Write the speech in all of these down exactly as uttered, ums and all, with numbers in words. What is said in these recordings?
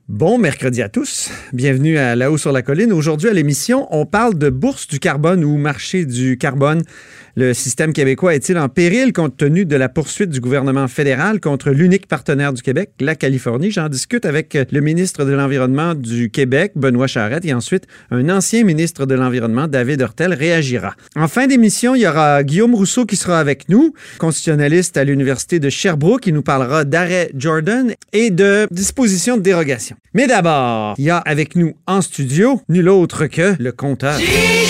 Bon mercredi à tous. Bienvenue à Là-haut sur la colline. Aujourd'hui à l'émission, on parle de bourse du carbone ou marché du carbone. Le système québécois est-il en péril compte tenu de la poursuite du gouvernement fédéral contre l'unique partenaire du Québec, la Californie? J'en discute avec le ministre de l'Environnement du Québec, Benoît Charette, et ensuite un ancien ministre de l'Environnement, David Hurtel, réagira. En fin d'émission, il y aura Guillaume Rousseau qui sera avec nous, constitutionnaliste à l'Université de Sherbrooke, qui nous parlera d'arrêt Jordan et de dispositions de dérogation. Mais d'abord, il y a avec nous en studio nul autre que le compteur.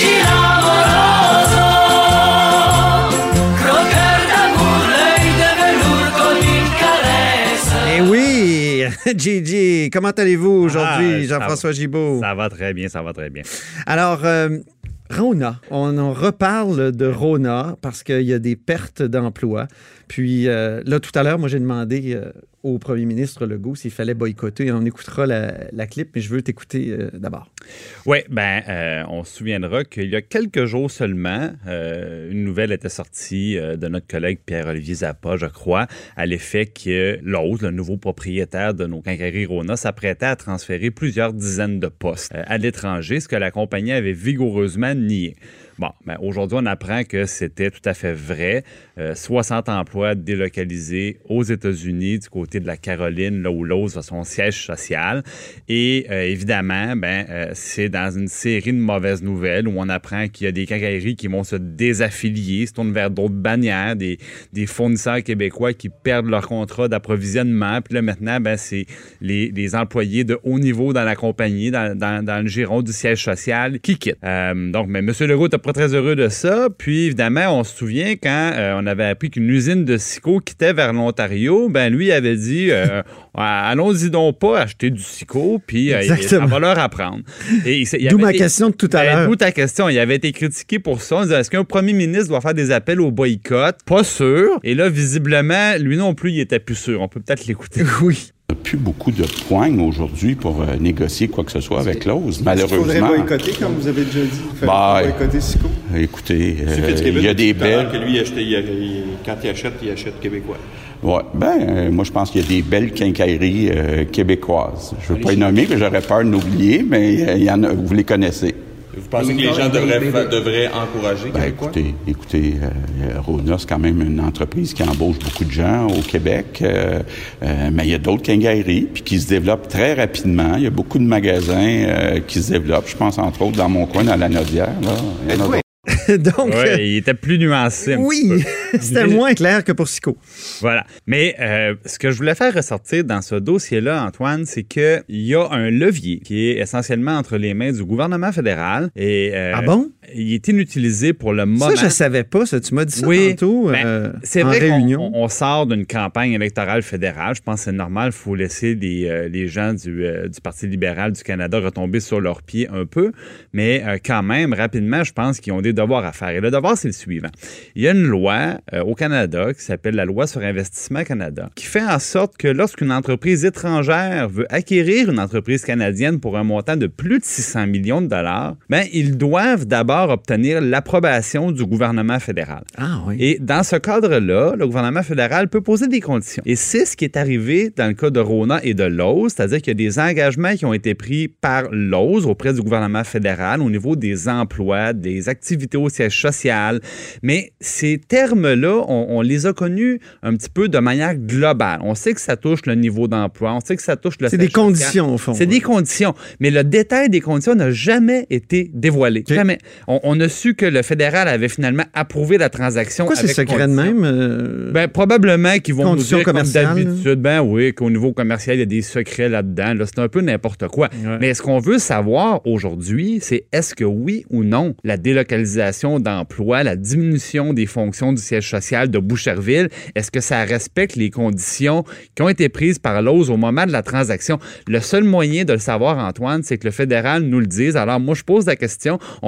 Eh oui, Gigi, comment allez-vous aujourd'hui, ah, Jean-François Gibault? Ça va très bien, ça va très bien. Alors, euh, Rona, on en reparle de Rona parce qu'il y a des pertes d'emplois. Puis euh, là, tout à l'heure, moi, j'ai demandé euh, au premier ministre Legault s'il fallait boycotter. On écoutera la, la clip, mais je veux t'écouter euh, d'abord. Oui, bien, euh, on se souviendra qu'il y a quelques jours seulement, euh, une nouvelle était sortie euh, de notre collègue Pierre-Olivier Zappa, je crois, à l'effet que Lowe's, le nouveau propriétaire de nos quincailleries Rona, s'apprêtait à transférer plusieurs dizaines de postes euh, à l'étranger, ce que la compagnie avait vigoureusement nié. Bon, ben aujourd'hui, on apprend que c'était tout à fait vrai. Euh, soixante emplois délocalisés aux États-Unis du côté de la Caroline, là où Lowe's a son siège social. Et euh, évidemment, ben euh, c'est dans une série de mauvaises nouvelles où on apprend qu'il y a des quincailleries qui vont se désaffilier, se tournent vers d'autres bannières, des, des fournisseurs québécois qui perdent leur contrat d'approvisionnement. Puis là, maintenant, ben c'est les, les employés de haut niveau dans la compagnie, dans, dans, dans le giron du siège social, qui quittent. Euh, donc, mais M. Legault pas très heureux de ça. Puis, évidemment, on se souvient quand euh, on avait appris qu'une usine de Cico quittait vers l'Ontario, ben lui avait dit euh, allons-y donc pas acheter du Cico, puis euh, ça va leur apprendre. Et, il, il D'où ma été, question de tout à l'heure. D'où ta question. Il avait été critiqué pour ça. On disait, est-ce qu'un premier ministre doit faire des appels au boycott? Pas sûr. Et là, visiblement, lui non plus, il était plus sûr. On peut peut-être l'écouter. Oui. Il n'y a plus beaucoup de poignes aujourd'hui pour euh, négocier quoi que ce soit avec Lowe's, malheureusement. Il faudrait boycotter, comme vous avez déjà dit. Il bah, boycotter Cico. Écoutez, euh, il y a des belles... Que lui, il achète, il, il, quand il achète, il achète québécois. Oui, ben, euh, moi, je pense qu'il y a des belles quincailleries euh, québécoises. Je ne veux pas les nommer, mais j'aurais peur de l'oublier, mais euh, il y en a, vous les connaissez. Vous pensez que les gens devraient, devraient encourager ben, Québécois? Écoutez, écoutez euh, Rona, c'est quand même une entreprise qui embauche beaucoup de gens au Québec, euh, euh, mais il y a d'autres quincailleries puis qui se développent très rapidement. Il y a beaucoup de magasins euh, qui se développent. Je pense, entre autres, dans mon coin, dans la Naudière. Là. Il y en a d'autres. Donc, ouais, euh, il était plus nuancé. Oui, c'était moins clair que pour Cico. Voilà. Mais euh, ce que je voulais faire ressortir dans ce dossier-là, Antoine, c'est qu'il y a un levier qui est essentiellement entre les mains du gouvernement fédéral. Et, euh, ah bon? Il est inutilisé pour le moment. Ça, je ne savais pas. Ça. Tu m'as dit ça oui, tantôt ben, euh, c'est en vrai réunion. On, on sort d'une campagne électorale fédérale. Je pense que c'est normal. Il faut laisser les, euh, les gens du, euh, du Parti libéral du Canada retomber sur leurs pieds un peu. Mais euh, quand même, rapidement, je pense qu'ils ont des devoirs à faire. Et le devoir, c'est le suivant. Il y a une loi euh, au Canada qui s'appelle la Loi sur Investissement Canada qui fait en sorte que lorsqu'une entreprise étrangère veut acquérir une entreprise canadienne pour un montant de plus de six cents millions de dollars, ben, ils doivent d'abord obtenir l'approbation du gouvernement fédéral. Ah oui. Et dans ce cadre-là, le gouvernement fédéral peut poser des conditions. Et c'est ce qui est arrivé dans le cas de Rona et de Lowe's, c'est-à-dire qu'il y a des engagements qui ont été pris par Lowe's auprès du gouvernement fédéral au niveau des emplois, des activités au siège social. Mais ces termes-là, on, on les a connus un petit peu de manière globale. On sait que ça touche le niveau d'emploi, on sait que ça touche le C'est des social. Conditions, au fond. C'est des conditions. Mais le détail des conditions n'a jamais été dévoilé. Okay. Jamais. On, on a su que le fédéral avait finalement approuvé la transaction. Pourquoi c'est secret conditions. De même? Euh... Ben, probablement qu'ils vont conditions nous dire, comme d'habitude, là. ben oui, qu'au niveau commercial, il y a des secrets là-dedans. Là, c'est un peu n'importe quoi. Ouais. Mais ce qu'on veut savoir aujourd'hui, c'est est-ce que oui ou non, la délocalisation d'emploi, la diminution des fonctions du siège social de Boucherville, est-ce que ça respecte les conditions qui ont été prises par Lowe's au moment de la transaction? Le seul moyen de le savoir, Antoine, c'est que le fédéral nous le dise. Alors, moi, je pose la question. On peut regarder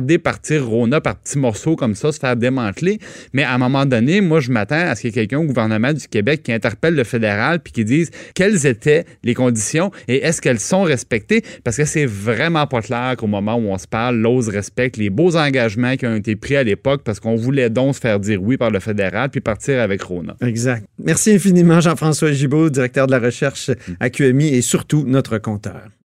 regarder partir Rona par petits morceaux comme ça, se faire démanteler. Mais à un moment donné, moi, je m'attends à ce qu'il y ait quelqu'un au gouvernement du Québec qui interpelle le fédéral puis qui dise quelles étaient les conditions et est-ce qu'elles sont respectées? Parce que c'est vraiment pas clair qu'au moment où on se parle, l'O S respecte les beaux engagements qui ont été pris à l'époque parce qu'on voulait donc se faire dire oui par le fédéral puis partir avec Rona. Exact. Merci infiniment, Jean-François Gibault, directeur de la recherche à Q M I et surtout notre compteur.